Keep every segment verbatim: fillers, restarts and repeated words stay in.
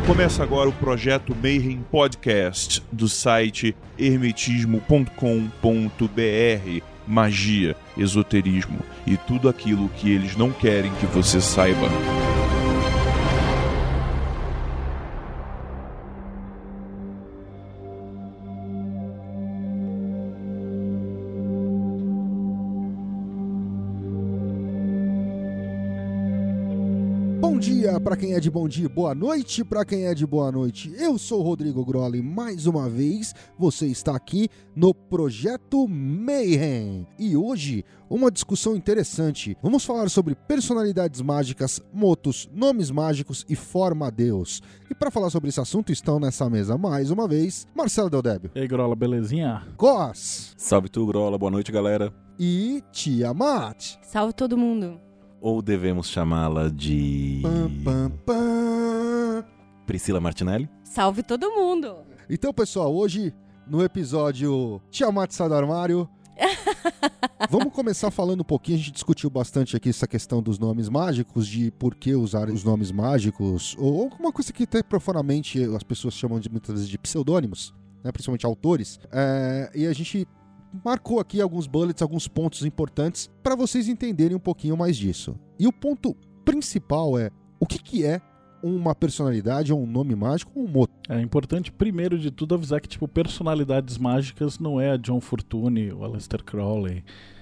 Começa agora o Projeto Mayhem Podcast do site hermetismo ponto com ponto b r. Magia, esoterismo e tudo aquilo que eles não querem que você saiba. Bom dia para quem é de bom dia, boa noite para quem é de boa noite. Eu sou o Rodrigo Grola e mais uma vez você está aqui no Projeto Mayhem. E hoje, uma discussão interessante. Vamos falar sobre personalidades mágicas, motos, nomes mágicos e forma-deus. E para falar sobre esse assunto estão nessa mesa mais uma vez Marcelo Del Débio. E aí, Grola, belezinha? Cos. Salve tu, Grola, boa noite, galera. E Tiamat. Salve todo mundo. Ou devemos chamá-la de... Pam, pam, pam. Priscila Martinelli? Salve todo mundo. Então, pessoal, hoje no episódio Tiamat sai do armário, vamos começar falando um pouquinho. A gente discutiu bastante aqui essa questão dos nomes mágicos, de por que usar os nomes mágicos, ou alguma coisa que até profanamente as pessoas chamam de, muitas vezes de pseudônimos, né, principalmente autores. É, e a gente marcou aqui alguns bullets, alguns pontos importantes para vocês entenderem um pouquinho mais disso. E o ponto principal é o que, que é uma personalidade ou um nome mágico ou um moto. É importante, primeiro de tudo, avisar que tipo, personalidades mágicas não é a John Fortune ou Aleister Crowley.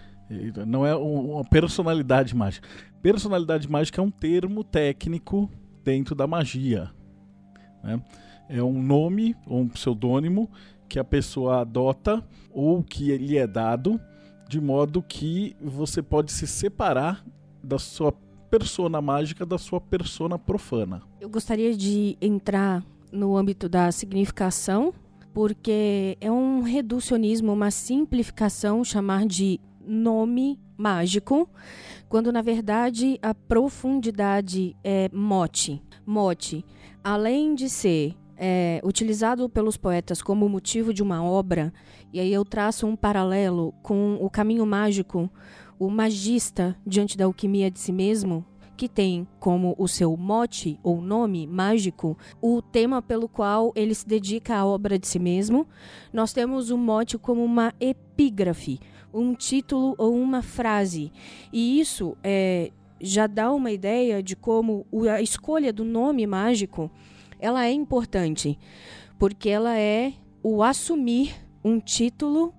Não é uma personalidade mágica. Personalidade mágica é um termo técnico dentro da magia, né? É um nome ou um pseudônimo que a pessoa adota ou que lhe é dado, de modo que você pode se separar da sua persona mágica da sua persona profana. Eu gostaria de entrar no âmbito da significação, porque é um reducionismo, uma simplificação chamar de nome mágico, quando na verdade a profundidade é mote. Mote, além de ser É, utilizado pelos poetas como motivo de uma obra, e aí eu traço um paralelo com o caminho mágico, o magista diante da alquimia de si mesmo, que tem como o seu mote ou nome mágico o tema pelo qual ele se dedica à obra de si mesmo. Nós temos o mote como uma epígrafe, um título ou uma frase, e isso é, já dá uma ideia de como a escolha do nome mágico ela é importante, porque ela é o assumir um título,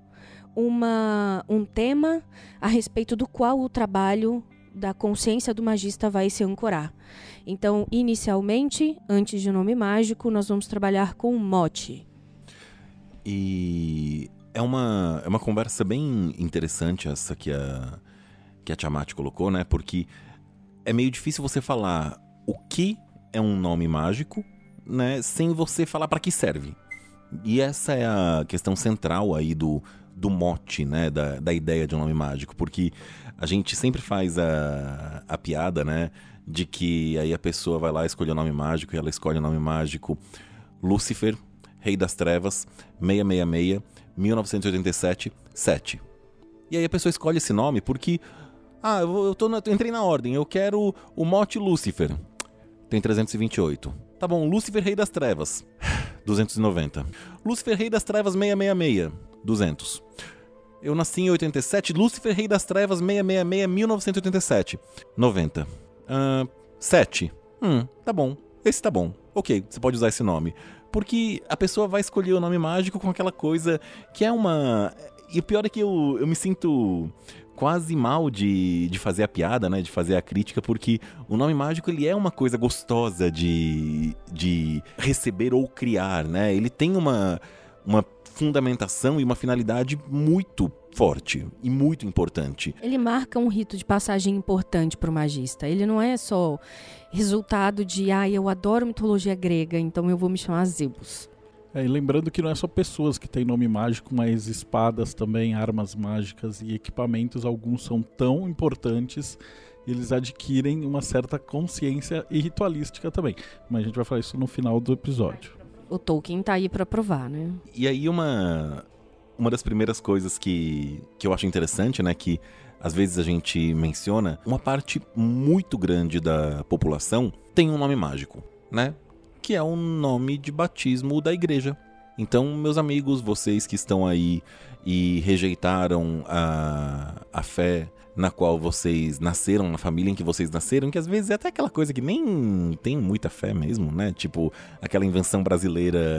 uma, um tema a respeito do qual o trabalho da consciência do magista vai se ancorar. Então, inicialmente, antes de nome mágico, nós vamos trabalhar com mote. E é uma, é uma conversa bem interessante essa que a, que a Tiamat colocou, né? Porque é meio difícil você falar o que é um nome mágico, né, sem você falar para que serve. E essa é a questão central aí do, do mote, né, da, da ideia de um nome mágico, porque a gente sempre faz a, a piada, né, de que aí a pessoa vai lá escolher o nome mágico e ela escolhe o nome mágico Lúcifer, Rei das Trevas, seiscentos e sessenta e seis, mil novecentos e oitenta e sete, sete. E aí a pessoa escolhe esse nome porque ah, eu, vou, eu, tô na, eu entrei na ordem, eu quero o mote Lúcifer, tem trezentos e vinte e oito. Tá bom, Lúcifer, Rei das Trevas, duzentos e noventa. Lúcifer, Rei das Trevas, seiscentos e sessenta e seis, duzentos. Eu nasci em oitenta e sete, Lúcifer, Rei das Trevas, seiscentos e sessenta e seis, mil novecentos e oitenta e sete, noventa. Uh, sete. Hum, tá bom, esse tá bom. Ok, você pode usar esse nome. Porque a pessoa vai escolher o nome mágico com aquela coisa que é uma... E o pior é que eu, eu me sinto quase mal de, de fazer a piada, né? De fazer a crítica, porque o nome mágico ele é uma coisa gostosa de, de receber ou criar, né? Ele tem uma, uma fundamentação e uma finalidade muito forte e muito importante. Ele marca um rito de passagem importante para o magista. Ele não é só resultado de, ah, eu adoro mitologia grega, então eu vou me chamar Zebus. É, e lembrando que não é só pessoas que têm nome mágico, mas espadas também, armas mágicas e equipamentos, alguns são tão importantes e eles adquirem uma certa consciência e ritualística também. Mas a gente vai falar isso no final do episódio. O Tolkien tá aí para provar, né? E aí uma, uma das primeiras coisas que, que eu acho interessante, né, que às vezes a gente menciona, uma parte muito grande da população tem um nome mágico, né? que é o nome de batismo da igreja. Então, meus amigos, vocês que estão aí e rejeitaram a, a fé na qual vocês nasceram, na família em que vocês nasceram, que às vezes é até aquela coisa que nem tem muita fé mesmo, né? Tipo, aquela invenção brasileira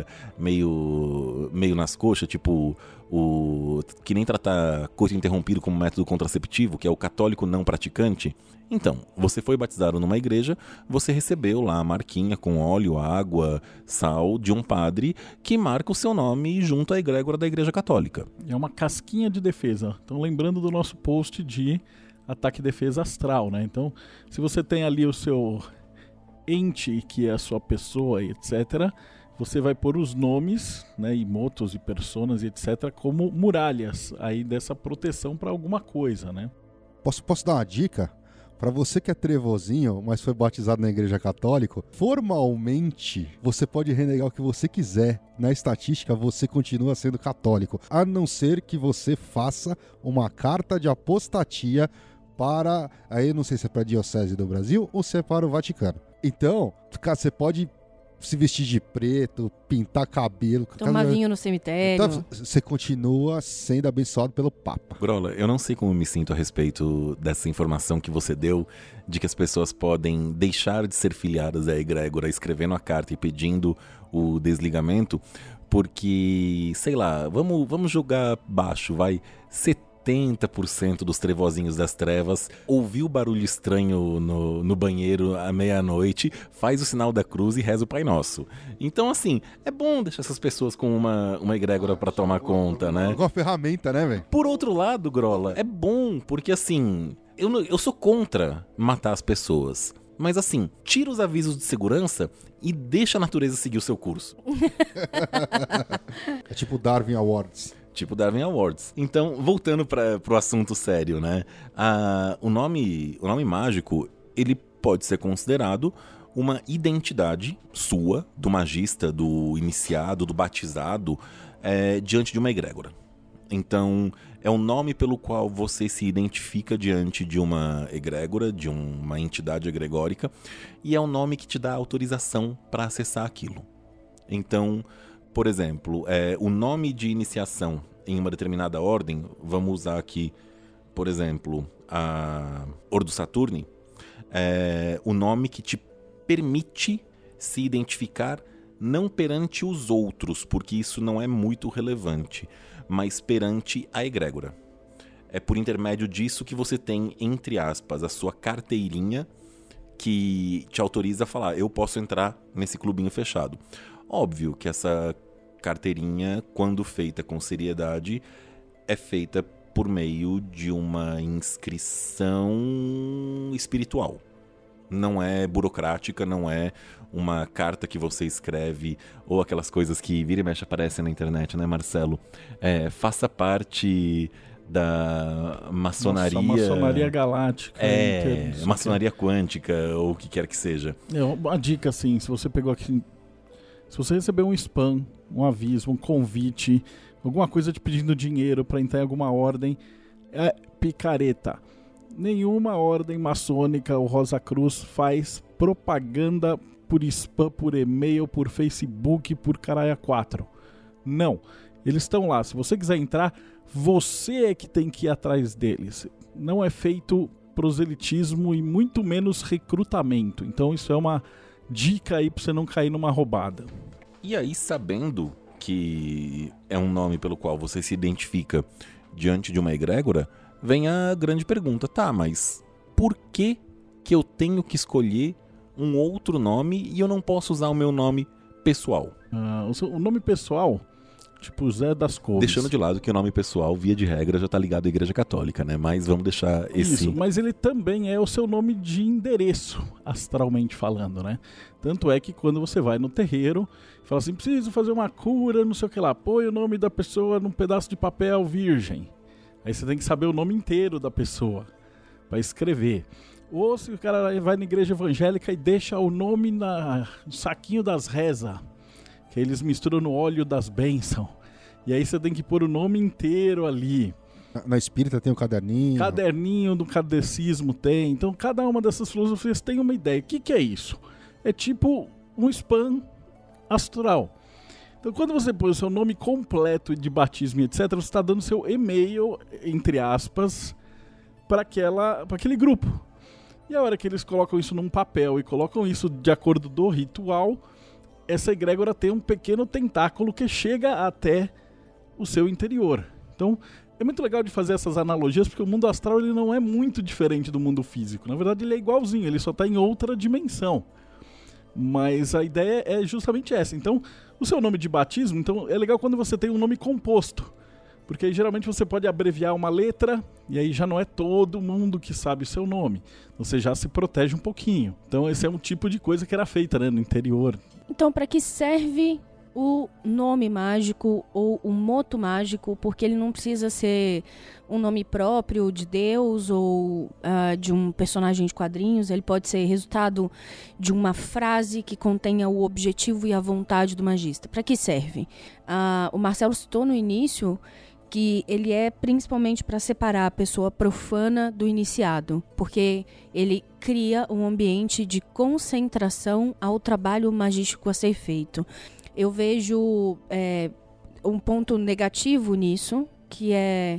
meio, meio nas coxas, tipo, o que nem tratar coito interrompido como método contraceptivo, que é o católico não praticante. Então, você foi batizado numa igreja, você recebeu lá a marquinha com óleo, água, sal de um padre que marca o seu nome junto à egrégora da Igreja Católica. É uma casquinha de defesa. Então, lembrando do nosso post de ataque e defesa astral, né? Então, se você tem ali o seu ente, que é a sua pessoa e etcétera, você vai pôr os nomes, né, imotos e personas e etcétera, como muralhas aí dessa proteção para alguma coisa, né? Posso, posso dar uma dica? Para você que é trevozinho, mas foi batizado na igreja católica, formalmente você pode renegar o que você quiser. Na estatística, você continua sendo católico, a não ser que você faça uma carta de apostatia para, aí não sei se é para a Diocese do Brasil ou se é para o Vaticano. Então, você pode se vestir de preto, pintar cabelo... Tomar cada... vinho no cemitério. Então, você continua sendo abençoado pelo Papa. Grola, eu não sei como me sinto a respeito dessa informação que você deu, de que as pessoas podem deixar de ser filiadas à egrégora escrevendo a carta e pedindo o desligamento, porque, sei lá, vamos, vamos jogar baixo, vai... setenta por cento dos trevozinhos das trevas ouviu barulho estranho no, no banheiro à meia-noite, faz o sinal da cruz e reza o Pai Nosso. Então, assim, é bom deixar essas pessoas com uma, uma egrégora pra tomar conta, né? Uma ferramenta, né, velho? Por outro lado, Grola, é bom porque, assim, eu, não- eu sou contra matar as pessoas. Mas, assim, tira os avisos de segurança e deixa a natureza seguir o seu curso. É tipo Darwin Awards. Tipo Darwin Awards. Então, voltando para o assunto sério, né? Ah, o, nome, o nome mágico, ele pode ser considerado uma identidade sua, do magista, do iniciado, do batizado, é, diante de uma egrégora. Então, é um nome pelo qual você se identifica diante de uma egrégora, de uma entidade egregórica, e é um nome que te dá autorização para acessar aquilo. Então, por exemplo, é, o nome de iniciação em uma determinada ordem, vamos usar aqui, por exemplo, a Ordo Saturni, é o nome que te permite se identificar não perante os outros, porque isso não é muito relevante, mas perante a egrégora. É por intermédio disso que você tem, entre aspas, a sua carteirinha que te autoriza a falar, eu posso entrar nesse clubinho fechado. Óbvio que essa carteirinha, quando feita com seriedade, é feita por meio de uma inscrição espiritual. Não é burocrática, não é uma carta que você escreve ou aquelas coisas que vira e mexe aparecem na internet, né, Marcelo? É, faça parte da maçonaria... Nossa, maçonaria galáctica. É, inteiro, maçonaria quântica ou o que quer que seja. É uma dica, assim, se você pegou aqui... Se você recebeu um spam, um aviso, um convite, alguma coisa te pedindo dinheiro para entrar em alguma ordem, é picareta. Nenhuma ordem maçônica ou Rosa Cruz faz propaganda por spam, por e-mail, por Facebook, por caralho quatro. Não. Eles estão lá. Se você quiser entrar, você é que tem que ir atrás deles. Não é feito proselitismo e muito menos recrutamento. Então isso é uma dica aí pra você não cair numa roubada. E aí, sabendo que é um nome pelo qual você se identifica diante de uma egrégora, vem a grande pergunta, tá, mas por que que eu tenho que escolher um outro nome e eu não posso usar o meu nome pessoal? Ah, o, seu, o nome pessoal, tipo Zé das Couves. Deixando de lado que o nome pessoal, via de regra, já tá ligado à Igreja Católica, né? Mas vamos deixar esse... Isso, mas ele também é o seu nome de endereço, astralmente falando, né? Tanto é que quando você vai no terreiro, fala assim, preciso fazer uma cura, não sei o que lá, põe o nome da pessoa num pedaço de papel virgem. Aí você tem que saber o nome inteiro da pessoa para escrever. Ou se o cara vai na igreja evangélica e deixa o nome na, no saquinho das rezas, que eles misturam no óleo das bênçãos. E aí você tem que pôr o nome inteiro ali. Na, na espírita tem o caderninho. Caderninho do kardecismo tem. Então cada uma dessas filosofias tem uma ideia. O que, que é isso? É tipo um spam astral. Então, quando você põe o seu nome completo de batismo e etcétera, você está dando seu e-mail, entre aspas, para aquele grupo. E a hora que eles colocam isso num papel e colocam isso de acordo do ritual, essa egrégora tem um pequeno tentáculo que chega até o seu interior. Então, é muito legal de fazer essas analogias, porque o mundo astral ele não é muito diferente do mundo físico. Na verdade, ele é igualzinho, ele só está em outra dimensão. Mas a ideia é justamente essa. Então, o seu nome de batismo, então é legal quando você tem um nome composto. Porque aí geralmente você pode abreviar uma letra e aí já não é todo mundo que sabe o seu nome. Você já se protege um pouquinho. Então esse é um tipo de coisa que era feita, né, no interior. Então, para que serve o nome mágico ou o moto mágico? Porque ele não precisa ser um nome próprio de Deus ou uh, de um personagem de quadrinhos. Ele pode ser resultado de uma frase que contenha o objetivo e a vontade do magista. Para que serve? Uh, o Marcelo citou no início que ele é principalmente para separar a pessoa profana do iniciado, porque ele cria um ambiente de concentração ao trabalho magístico a ser feito. Eu vejo é, um ponto negativo nisso, que é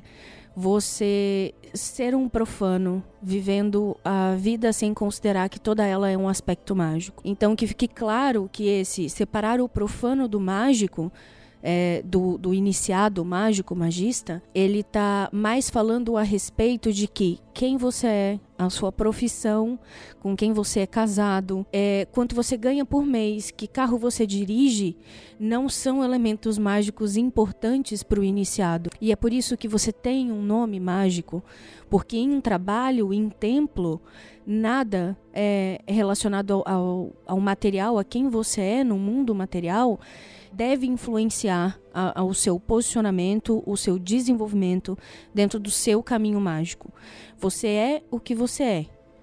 você ser um profano, vivendo a vida sem considerar que toda ela é um aspecto mágico. Então, que fique claro que esse separar o profano do mágico, É, do, do iniciado mágico, magista, ele está mais falando a respeito de que quem você é, a sua profissão, com quem você é casado, é, quanto você ganha por mês, que carro você dirige, não são elementos mágicos importantes para o iniciado. E é por isso que você tem um nome mágico, porque em trabalho, em templo, nada é relacionado ao, ao, ao material, a quem você é no mundo material, deve influenciar a, a, o seu posicionamento, o seu desenvolvimento dentro do seu caminho mágico. Você é o que você é.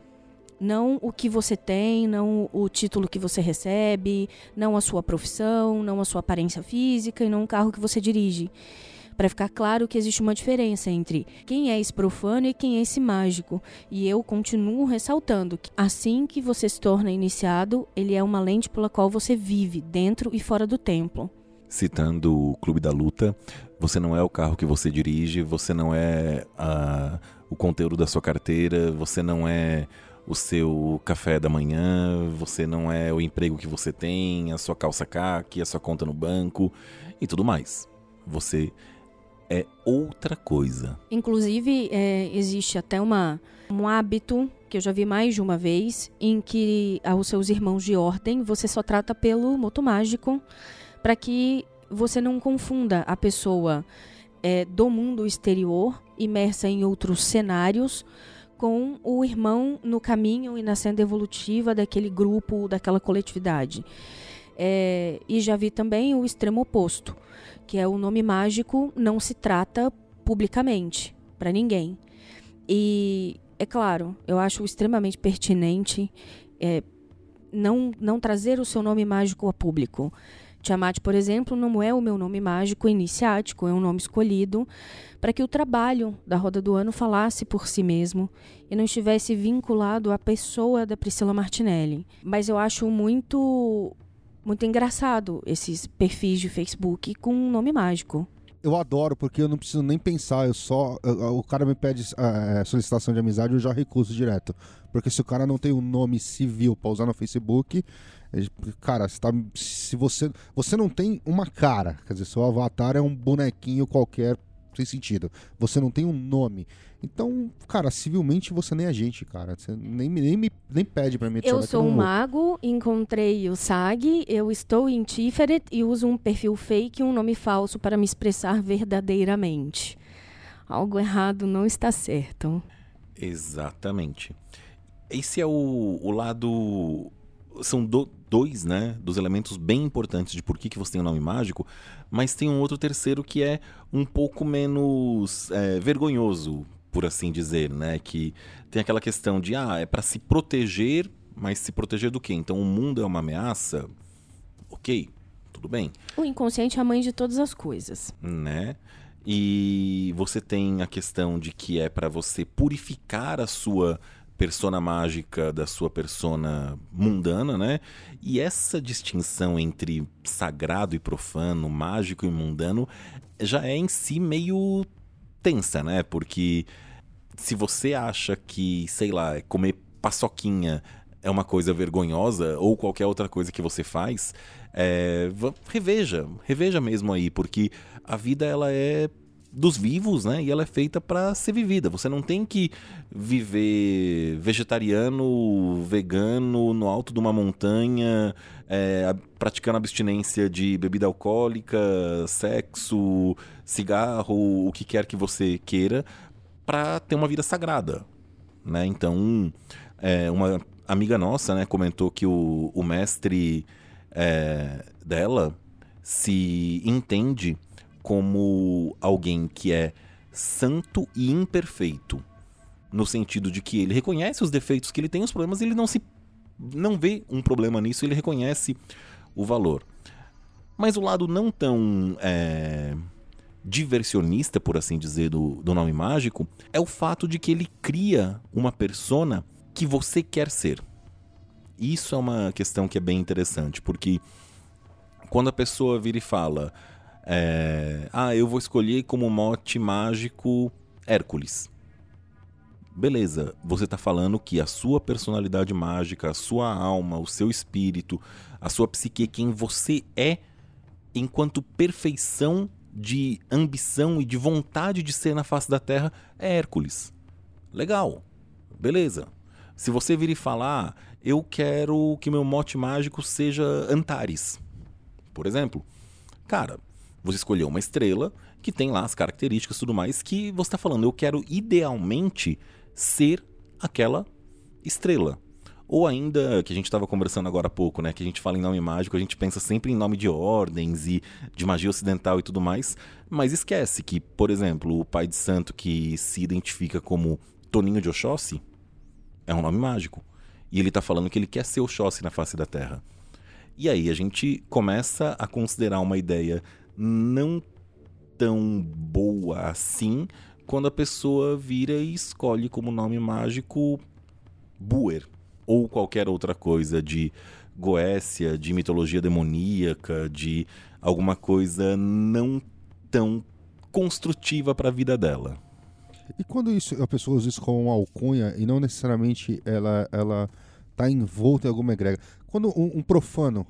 Não o que você tem, não o título que você recebe, não a sua profissão, não a sua aparência física e não o carro que você dirige. Para ficar claro que existe uma diferença entre quem é esse profano e quem é esse mágico. E eu continuo ressaltando que assim que você se torna iniciado, ele é uma lente pela qual você vive, dentro e fora do templo. Citando o Clube da Luta, você não é o carro que você dirige, você não é a, o conteúdo da sua carteira, você não é o seu café da manhã, você não é o emprego que você tem, a sua calça caqui, a sua conta no banco e tudo mais. Você é outra coisa. Inclusive, é, existe até uma, um hábito, que eu já vi mais de uma vez, em que aos seus irmãos de ordem, você só trata pelo moto mágico, para que você não confunda a pessoa é, do mundo exterior, imersa em outros cenários, com o irmão no caminho e na senda evolutiva daquele grupo, daquela coletividade. É, e já vi também o extremo oposto, que é o nome mágico não se trata publicamente, para ninguém. E, é claro, eu acho extremamente pertinente é, não, não trazer o seu nome mágico a público. Tiamat, por exemplo, não é o meu nome mágico iniciático, é um nome escolhido para que o trabalho da Roda do Ano falasse por si mesmo e não estivesse vinculado à pessoa da Priscila Martinelli. Mas eu acho muito... muito engraçado esses perfis de Facebook com um nome mágico. Eu adoro, porque eu não preciso nem pensar, eu só... Eu, o cara me pede é, solicitação de amizade, eu já recuso direto. Porque se o cara não tem um nome civil pra usar no Facebook, cara, você tá, se você... Você não tem uma cara, quer dizer, seu avatar é um bonequinho qualquer, sem sentido. Você não tem um nome. Então, cara, civilmente você nem é gente, cara. Você nem, nem, nem, nem pede pra mim. Eu sou um mago, encontrei o S A G, eu estou em Tiferet e uso um perfil fake e um nome falso para me expressar verdadeiramente. Algo errado não está certo. Exatamente. Esse é o, o lado... São do, dois, né, dos elementos bem importantes de por que, que você tem um nome mágico, mas tem um outro terceiro que é um pouco menos é, vergonhoso, por assim dizer, né? Que tem aquela questão de, ah, é para se proteger, mas se proteger do quê? Então o mundo é uma ameaça? Ok, tudo bem. O inconsciente é a mãe de todas as coisas. Né? E você tem a questão de que é para você purificar a sua persona mágica da sua persona mundana, né? E essa distinção entre sagrado e profano, mágico e mundano, já é em si meio tensa, né? Porque se você acha que, sei lá, comer paçoquinha é uma coisa vergonhosa, ou qualquer outra coisa que você faz, é, reveja, reveja mesmo aí, porque a vida ela é dos vivos, né? E ela é feita para ser vivida. Você não tem que viver vegetariano, vegano, no alto de uma montanha, é, praticando abstinência de bebida alcoólica, sexo, cigarro, o que quer que você queira, para ter uma vida sagrada, né? Então, é, uma amiga nossa, né, comentou que o, o mestre é, dela se entende como alguém que é santo e imperfeito, no sentido de que ele reconhece os defeitos que ele tem, os problemas, e ele não se não vê um problema nisso, ele reconhece o valor. Mas o lado não tão é, diversionista, por assim dizer, do, do nome mágico, é o fato de que ele cria uma persona que você quer ser. Isso é uma questão que é bem interessante, porque quando a pessoa vira e fala É, ah, eu vou escolher como mote mágico Hércules. Beleza, você está falando que a sua personalidade mágica, a sua alma, o seu espírito, a sua psique, quem você é enquanto perfeição de ambição e de vontade de ser na face da Terra é Hércules. Legal, beleza. Se você vir e falar, eu quero que meu mote mágico seja Antares, por exemplo, cara, você escolheu uma estrela que tem lá as características e tudo mais que você está falando. Eu quero idealmente ser aquela estrela. Ou ainda, que a gente estava conversando agora há pouco, né? Que a gente fala em nome mágico, a gente pensa sempre em nome de ordens e de magia ocidental e tudo mais. Mas esquece que, por exemplo, o pai de santo que se identifica como Toninho de Oxóssi é um nome mágico. E ele está falando que ele quer ser Oxóssi na face da Terra. E aí a gente começa a considerar uma ideia não tão boa assim quando a pessoa vira e escolhe como nome mágico Buer ou qualquer outra coisa de Goécia, de mitologia demoníaca, de alguma coisa não tão construtiva para a vida dela. E quando isso, a pessoa usa isso como uma alcunha e não necessariamente ela ela está envolta em alguma egrégora. Quando um, um profano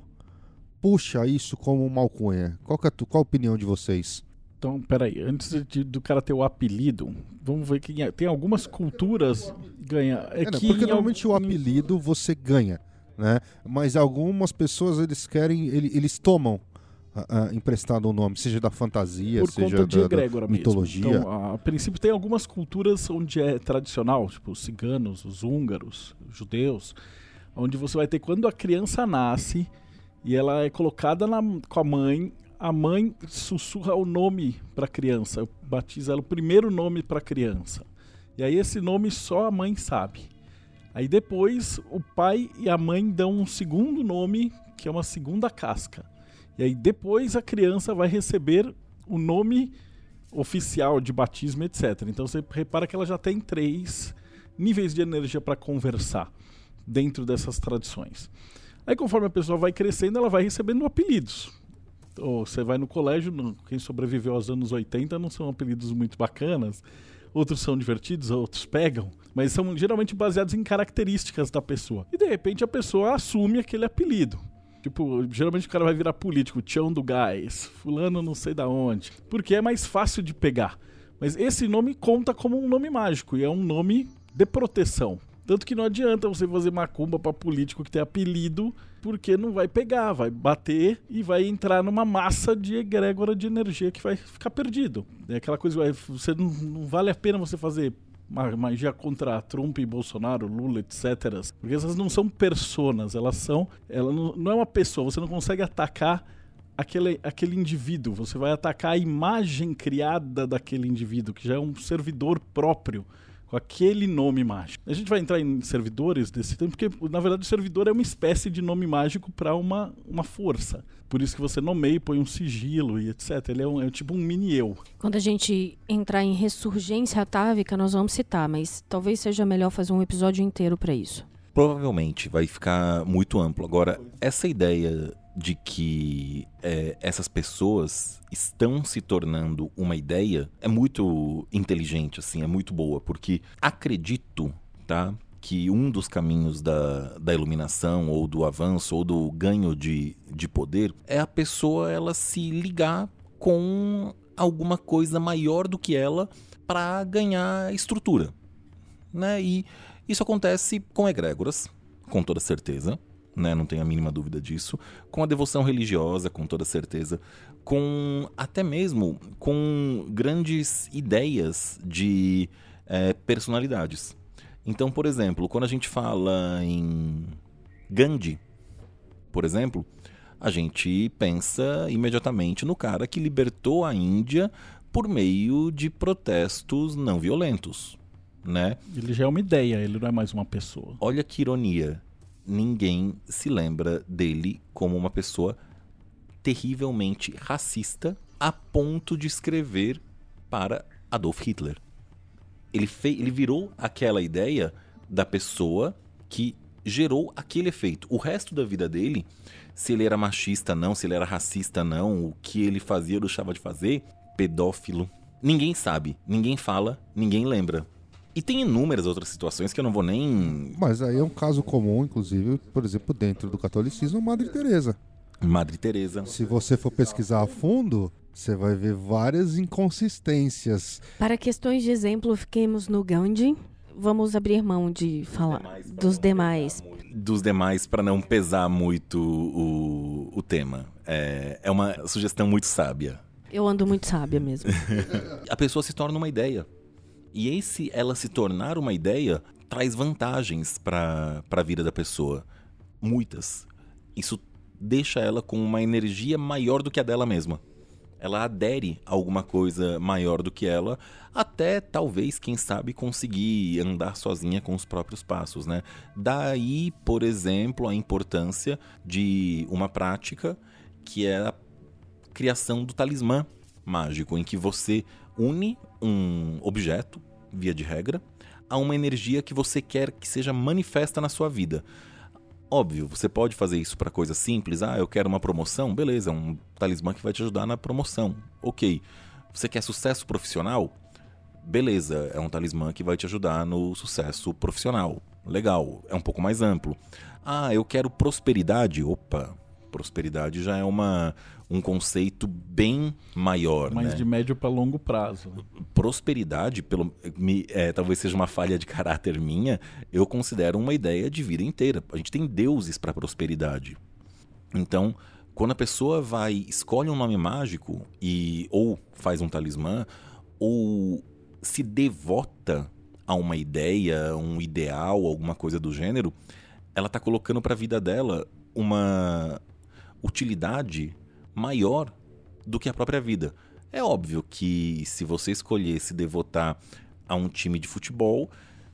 puxa isso como uma alcunha, qual, que é, qual a opinião de vocês? Então, peraí, antes de, do cara ter o apelido, vamos ver que tem algumas culturas ganha. É, é não, que porque em, normalmente o apelido você ganha, né? Mas algumas pessoas eles querem, eles, eles tomam uh, uh, emprestado um nome, seja da fantasia, por seja conta de da, egrégora da mitologia. Mesmo. Então, a princípio tem algumas culturas onde é tradicional, tipo os ciganos, os húngaros, os judeus, onde você vai ter quando a criança nasce e ela é colocada na, com a mãe, a mãe sussurra o nome para a criança, batiza ela o primeiro nome para a criança. E aí esse nome só a mãe sabe. Aí depois o pai e a mãe dão um segundo nome, que é uma segunda casca. E aí depois a criança vai receber o nome oficial de batismo, etcétera. Então você repara que ela já tem três níveis de energia para conversar dentro dessas tradições. Aí conforme a pessoa vai crescendo, ela vai recebendo apelidos. Ou você vai no colégio, no, quem sobreviveu aos anos oitenta não são apelidos muito bacanas, outros são divertidos, outros pegam, mas são geralmente baseados em características da pessoa. E de repente a pessoa assume aquele apelido. Tipo, geralmente o cara vai virar político, Tião do Gás, fulano não sei da onde, porque é mais fácil de pegar. Mas esse nome conta como um nome mágico e é um nome de proteção. Tanto que não adianta você fazer macumba para político que tem apelido, porque não vai pegar, vai bater e vai entrar numa massa de egrégora de energia que vai ficar perdido. É aquela coisa, você não, não vale a pena você fazer magia contra Trump, Bolsonaro, Lula, etcétera. Porque essas não são personas, elas são... Ela não, não é uma pessoa, você não consegue atacar aquele, aquele indivíduo, você vai atacar a imagem criada daquele indivíduo, que já é um servidor próprio com aquele nome mágico. A gente vai entrar em servidores desse tempo, porque na verdade o servidor é uma espécie de nome mágico para uma, uma força. Por isso que você nomeia e põe um sigilo e etcétera. Ele é, um, é tipo um mini-eu. Quando a gente entrar em ressurgência atávica, nós vamos citar, mas talvez seja melhor fazer um episódio inteiro para isso. Provavelmente vai ficar muito amplo. Agora, essa ideia de que é, essas pessoas estão se tornando uma ideia é muito inteligente, assim, é muito boa, porque acredito, tá, que um dos caminhos da, da iluminação ou do avanço ou do ganho de, de poder é a pessoa ela se ligar com alguma coisa maior do que ela para ganhar estrutura, né? E isso acontece com egrégoras, com toda certeza, né? Não tenho a mínima dúvida disso. Com a devoção religiosa, com toda certeza. Com até mesmo com grandes ideias de é, personalidades. Então, por exemplo, quando a gente fala em Gandhi, por exemplo, a gente pensa imediatamente no cara que libertou a Índia por meio de protestos não violentos, né? Ele já é uma ideia, ele não é mais uma pessoa. Olha que ironia. Ninguém se lembra dele como uma pessoa terrivelmente racista a ponto de escrever para Adolf Hitler. Ele, fei- ele virou aquela ideia da pessoa que gerou aquele efeito. O resto da vida dele, se ele era machista não, se ele era racista não, o que ele fazia ou deixava de fazer, pedófilo, ninguém sabe, ninguém fala, ninguém lembra. E tem inúmeras outras situações que eu não vou nem... Mas aí é um caso comum, inclusive, por exemplo, dentro do catolicismo, Madre Teresa. Madre Teresa. Se você for pesquisar a fundo, você vai ver várias inconsistências. Para questões de exemplo, fiquemos no Gandhi. Vamos abrir mão de falar dos demais. Dos demais para não pesar muito o, o tema. É, é uma sugestão muito sábia. Eu ando muito sábia mesmo. A pessoa se torna uma ideia. E esse ela se tornar uma ideia traz vantagens para a vida da pessoa. Muitas. Isso deixa ela com uma energia maior do que a dela mesma. Ela adere a alguma coisa maior do que ela, até talvez, quem sabe, conseguir andar sozinha com os próprios passos, né? Daí, por exemplo, a importância de uma prática que é a criação do talismã mágico, em que você une um objeto, via de regra, a uma energia que você quer que seja manifesta na sua vida. Óbvio, você pode fazer isso para coisas simples. Ah, eu quero uma promoção? Beleza, é um talismã que vai te ajudar na promoção. Ok. Você quer sucesso profissional? Beleza, é um talismã que vai te ajudar no sucesso profissional. Legal, é um pouco mais amplo. Ah, eu quero prosperidade? Opa, prosperidade já é uma, um conceito bem maior, Mas né? de médio para longo prazo. Prosperidade, pelo, me, é, talvez seja uma falha de caráter minha, eu considero uma ideia de vida inteira. A gente tem deuses para prosperidade. Então, quando a pessoa vai, escolhe um nome mágico e ou faz um talismã, ou se devota a uma ideia, um ideal, alguma coisa do gênero, ela está colocando para a vida dela uma utilidade maior do que a própria vida. É óbvio que se você escolher se devotar a um time de futebol,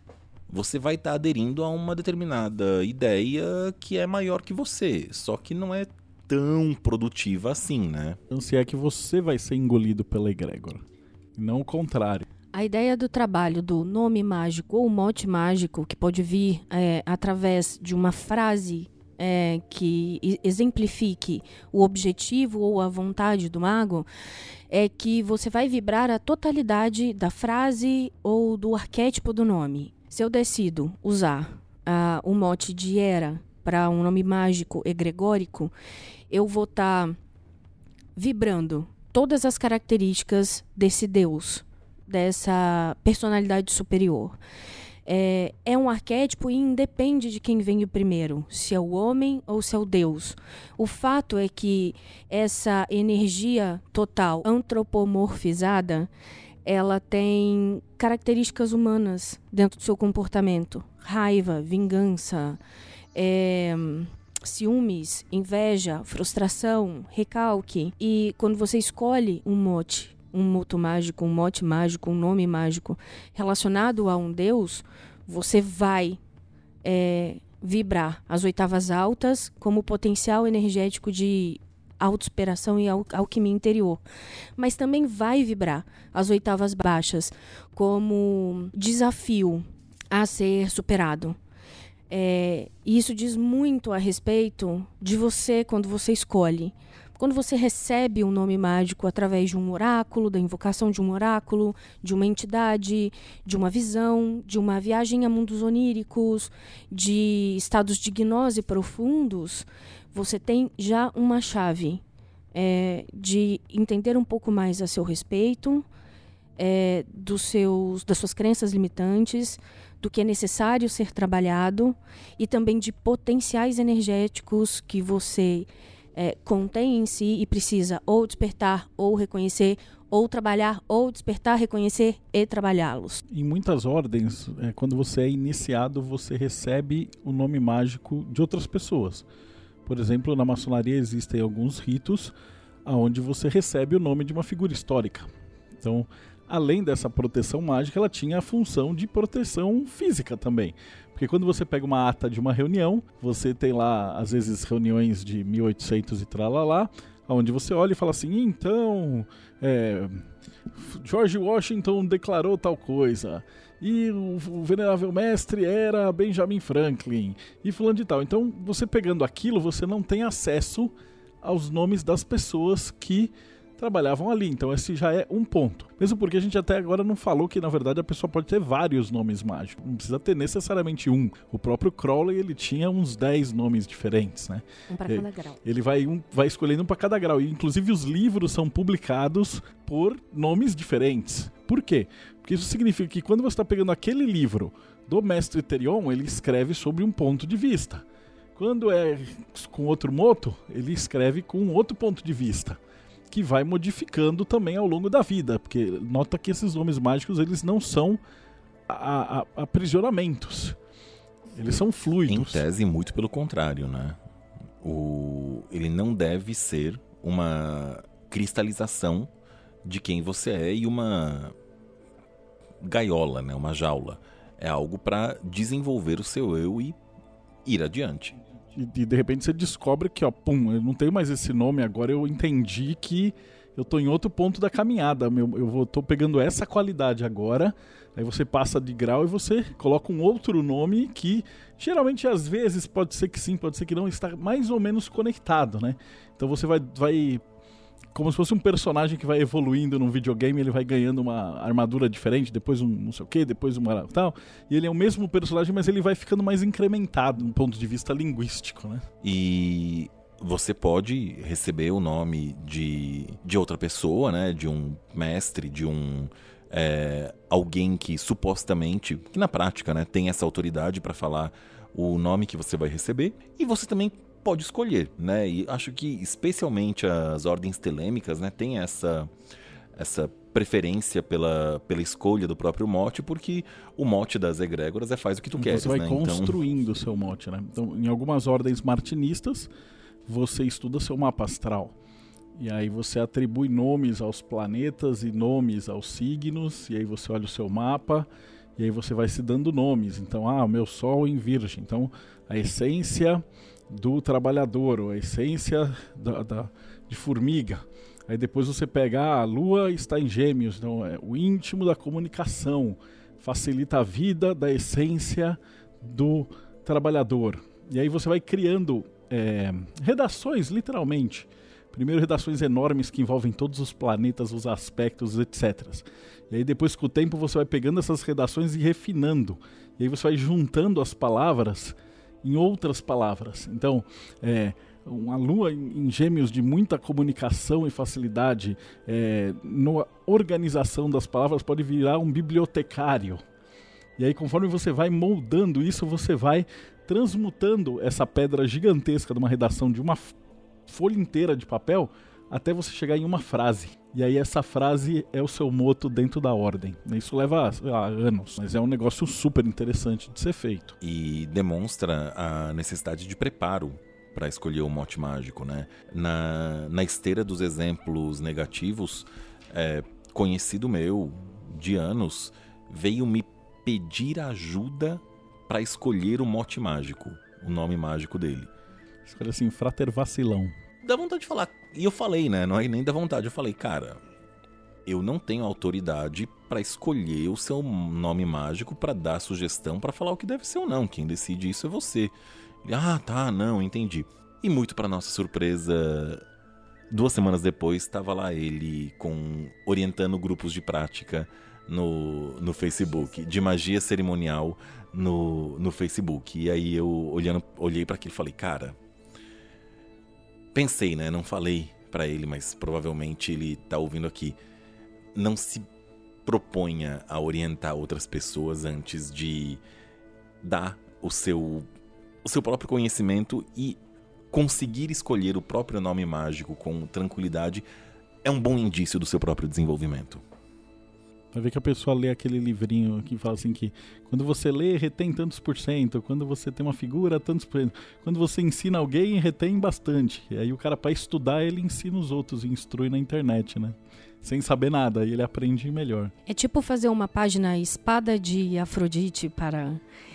você vai estar aderindo a uma determinada ideia que é maior que você, só que não é tão produtiva assim, né? Então, se é que você vai ser engolido pela egrégora, e não o contrário. A ideia do trabalho do nome mágico ou mote mágico, que pode vir é, através de uma frase é, que exemplifique o objetivo ou a vontade do mago, é que você vai vibrar a totalidade da frase ou do arquétipo do nome. Se eu decido usar uh, o mote de Hera para um nome mágico egregórico, eu vou estar tá vibrando todas as características desse deus, dessa personalidade superior. É, é um arquétipo e independe de quem vem primeiro, se é o homem ou se é o Deus. O fato é que essa energia total antropomorfizada, ela tem características humanas dentro do seu comportamento. Raiva, vingança, é, ciúmes, inveja, frustração, recalque. E quando você escolhe um mote um moto mágico, um mote mágico, um nome mágico relacionado a um deus, você vai é, vibrar as oitavas altas como potencial energético de autossuperação e al- alquimia interior. Mas também vai vibrar as oitavas baixas como desafio a ser superado. É, isso diz muito a respeito de você quando você escolhe. Quando você recebe um nome mágico através de um oráculo, da invocação de um oráculo, de uma entidade, de uma visão, de uma viagem a mundos oníricos, de estados de gnose profundos, você tem já uma chave é, de entender um pouco mais a seu respeito, é, dos seus, das suas crenças limitantes, do que é necessário ser trabalhado e também de potenciais energéticos que você É, contém em si e precisa ou despertar, ou reconhecer, ou trabalhar, ou despertar, reconhecer e trabalhá-los. Em muitas ordens, é, quando você é iniciado, você recebe o nome mágico de outras pessoas. Por exemplo, na maçonaria existem alguns ritos onde você recebe o nome de uma figura histórica. Então, além dessa proteção mágica, ela tinha a função de proteção física também. Porque quando você pega uma ata de uma reunião, você tem lá, às vezes, reuniões de mil e oitocentos e tralalá, onde você olha e fala assim, então, é, George Washington declarou tal coisa, e o, o venerável mestre era Benjamin Franklin, e fulano de tal. Então, você pegando aquilo, você não tem acesso aos nomes das pessoas que trabalhavam ali, então esse já é um ponto. Mesmo porque a gente até agora não falou que, na verdade, a pessoa pode ter vários nomes mágicos. Não precisa ter necessariamente um. O próprio Crowley, ele tinha uns dez nomes diferentes, né? Um para cada grau. Ele vai, um, vai escolhendo um para cada grau. E, inclusive, os livros são publicados por nomes diferentes. Por quê? Porque isso significa que quando você está pegando aquele livro do Mestre Therion, ele escreve sobre um ponto de vista. Quando é com outro moto, ele escreve com outro ponto de vista, que vai modificando também ao longo da vida, porque nota que esses nomes mágicos, eles não são a, a, aprisionamentos, eles são fluidos. Em tese, muito pelo contrário, né? O... Ele não deve ser uma cristalização de quem você é e uma gaiola, né? Uma jaula. É algo para desenvolver o seu eu e ir adiante. E, e de repente você descobre que, ó, pum, eu não tenho mais esse nome, agora eu entendi que eu tô em outro ponto da caminhada, eu, eu vou, tô pegando essa qualidade agora, aí você passa de grau e você coloca um outro nome que, geralmente, às vezes, pode ser que sim, pode ser que não, está mais ou menos conectado, né? Então você vai, vai como se fosse um personagem que vai evoluindo num videogame, ele vai ganhando uma armadura diferente, depois um não sei o que, depois uma tal, e ele é o mesmo personagem, mas ele vai ficando mais incrementado do ponto de vista linguístico, né? E você pode receber o nome de, de outra pessoa, né? De um mestre, de um é, alguém que supostamente, que na prática, né, tem essa autoridade para falar o nome que você vai receber, e você também pode escolher, né? E acho que especialmente as ordens telêmicas, né, tem essa essa preferência pela, pela escolha do próprio mote, porque o mote das egrégoras é faz o que tu Você queres, vai né? construindo o seu mote, né? Então, em algumas ordens martinistas, você estuda seu mapa astral. E aí você atribui nomes aos planetas e nomes aos signos, e aí você olha o seu mapa, e aí você vai se dando nomes. Então, ah, o meu sol em Virgem. Então, a essência do trabalhador, ou a essência da, da, de formiga. Aí depois você pega, ah, a lua está em Gêmeos, então é o íntimo da comunicação, facilita a vida da essência do trabalhador. E aí você vai criando é, redações, literalmente. Primeiro redações enormes que envolvem todos os planetas, os aspectos, etcétera. E aí depois com o tempo você vai pegando essas redações e refinando. E aí você vai juntando as palavras em outras palavras. Então, é, uma lua em, em Gêmeos de muita comunicação e facilidade, é, na organização das palavras, pode virar um bibliotecário. E aí, conforme você vai moldando isso, você vai transmutando essa pedra gigantesca de uma redação de uma folha inteira de papel até você chegar em uma frase. E aí essa frase é o seu moto dentro da ordem. Isso leva lá, anos, mas é um negócio super interessante de ser feito. E demonstra a necessidade de preparo para escolher o mote mágico, né? Na, na esteira dos exemplos negativos, é, conhecido meu de anos veio me pedir ajuda para escolher o mote mágico, o nome mágico dele. Escolha assim, Frater Vacilão. Dá vontade de falar. E eu falei, né? Não é nem da vontade. Eu falei, cara, eu não tenho autoridade para escolher o seu nome mágico, para dar sugestão, para falar o que deve ser ou não. Quem decide isso é você. Ele, ah, tá, não, entendi. E muito para nossa surpresa, duas semanas depois, estava lá ele com orientando grupos de prática no, no Facebook, de magia cerimonial no, no Facebook. E aí eu olhando, olhei para aquilo e falei, cara, pensei, né? Não falei para ele, mas provavelmente ele tá ouvindo aqui. Não se proponha a orientar outras pessoas antes de dar o seu, o seu próprio conhecimento e conseguir escolher o próprio nome mágico com tranquilidade é um bom indício do seu próprio desenvolvimento. Vai ver que a pessoa lê aquele livrinho que fala assim que quando você lê, retém tantos por cento, quando você tem uma figura, tantos por cento, quando você ensina alguém, retém bastante. E aí o cara, para estudar, ele ensina os outros e instrui na internet, né? Sem saber nada, e ele aprende melhor. É tipo fazer uma página Espada de Afrodite para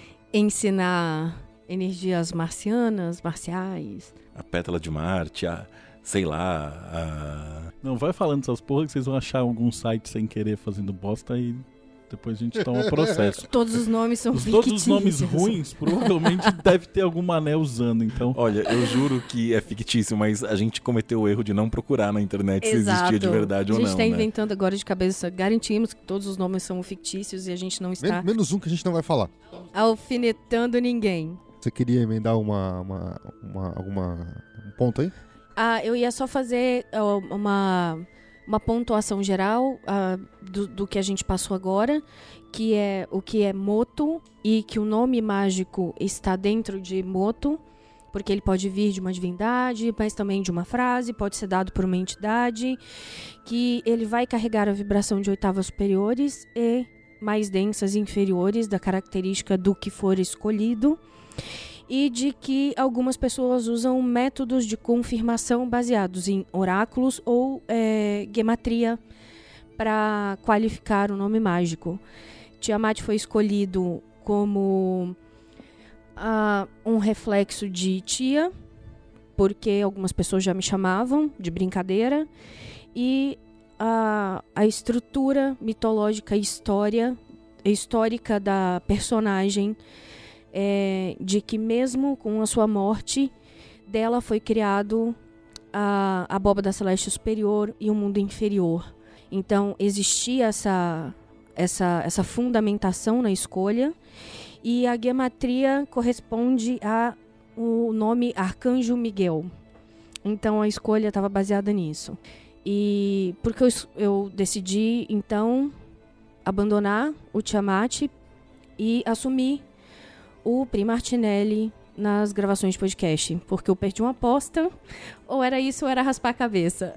ensinar energias marcianas, marciais. A pétala de Marte, a, sei lá, a... Não, vai falando essas porra que vocês vão achar algum site sem querer fazendo bosta e depois a gente toma processo. Todos os nomes são os, fictícios. Todos os nomes ruins provavelmente deve ter algum mané usando, então... Olha, eu juro que é fictício, mas a gente cometeu o erro de não procurar na internet Exato. Se existia de verdade ou não. A gente está né? inventando agora de cabeça. Garantimos que todos os nomes são fictícios e a gente não está... Men- menos um que a gente não vai falar. Alfinetando ninguém. Você queria emendar uma, uma, uma, alguma, um ponto aí? Ah, eu ia só fazer uh, uma, uma pontuação geral uh, do, do que a gente passou agora, que é o que é moto e que o nome mágico está dentro de moto, porque ele pode vir de uma divindade, mas também de uma frase, pode ser dado por uma entidade, que ele vai carregar a vibração de oitavas superiores e mais densas e inferiores da característica do que for escolhido, e de que algumas pessoas usam métodos de confirmação baseados em oráculos ou é, gematria para qualificar o nome mágico. Tiamat foi escolhido como uh, um reflexo de tia, porque algumas pessoas já me chamavam de brincadeira, e a, a estrutura mitológica e história, histórica da personagem é de que mesmo com a sua morte, dela foi criado a, a abóbada celeste superior e o mundo inferior. Então existia essa, essa, essa fundamentação na escolha, e a gematria corresponde ao nome Arcanjo Miguel. Então a escolha estava baseada nisso. E porque eu, eu decidi então abandonar o Tiamat e assumir o Pri Martinelli nas gravações de podcast, porque eu perdi uma aposta, ou era isso ou era raspar a cabeça.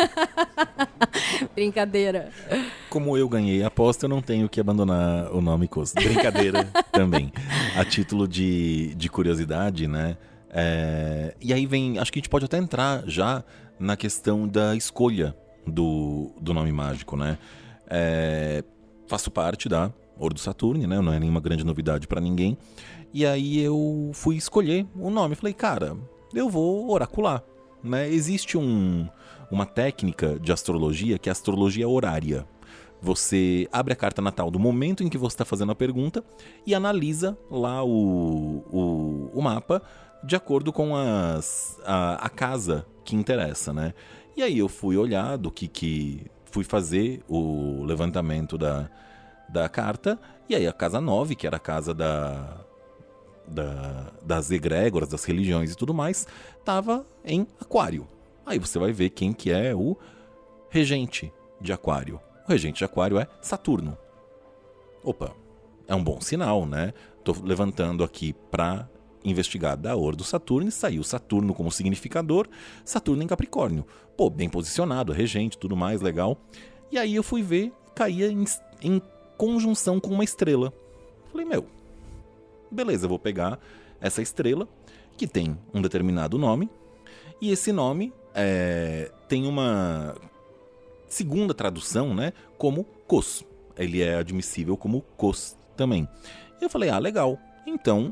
Brincadeira. Como eu ganhei a aposta, eu não tenho que abandonar o nome Cos. Brincadeira também. A título de, de curiosidade, né? É, e aí vem, acho que a gente pode até entrar já na questão da escolha do, do nome mágico, né? É, faço parte da Ordo Saturni, né? Não é nenhuma grande novidade pra ninguém. E aí eu fui escolher o nome. Falei, cara, eu vou oracular, né? Existe um, uma técnica de astrologia que é a astrologia horária. Você abre a carta natal do momento em que você está fazendo a pergunta e analisa lá o, o, o mapa de acordo com as, a, a casa que interessa, né? E aí eu fui olhar do que, que fui fazer o levantamento da, da carta, e aí a casa nove, que era a casa da, da, das egrégoras, das religiões e tudo mais, estava em Aquário. Aí você vai ver quem que é o regente de Aquário. O regente de Aquário é Saturno. Opa, é um bom sinal, né? Tô levantando aqui para investigar da Ordo Saturni, saiu Saturno como significador, Saturno em Capricórnio. Pô, bem posicionado, regente, tudo mais, legal. E aí eu fui ver, caía em, em conjunção com uma estrela. Falei, meu, beleza, eu vou pegar essa estrela, que tem um determinado nome, e esse nome é, tem uma... segunda tradução, né, como Cos. Ele é admissível como Cos também. E eu falei, ah, legal. Então,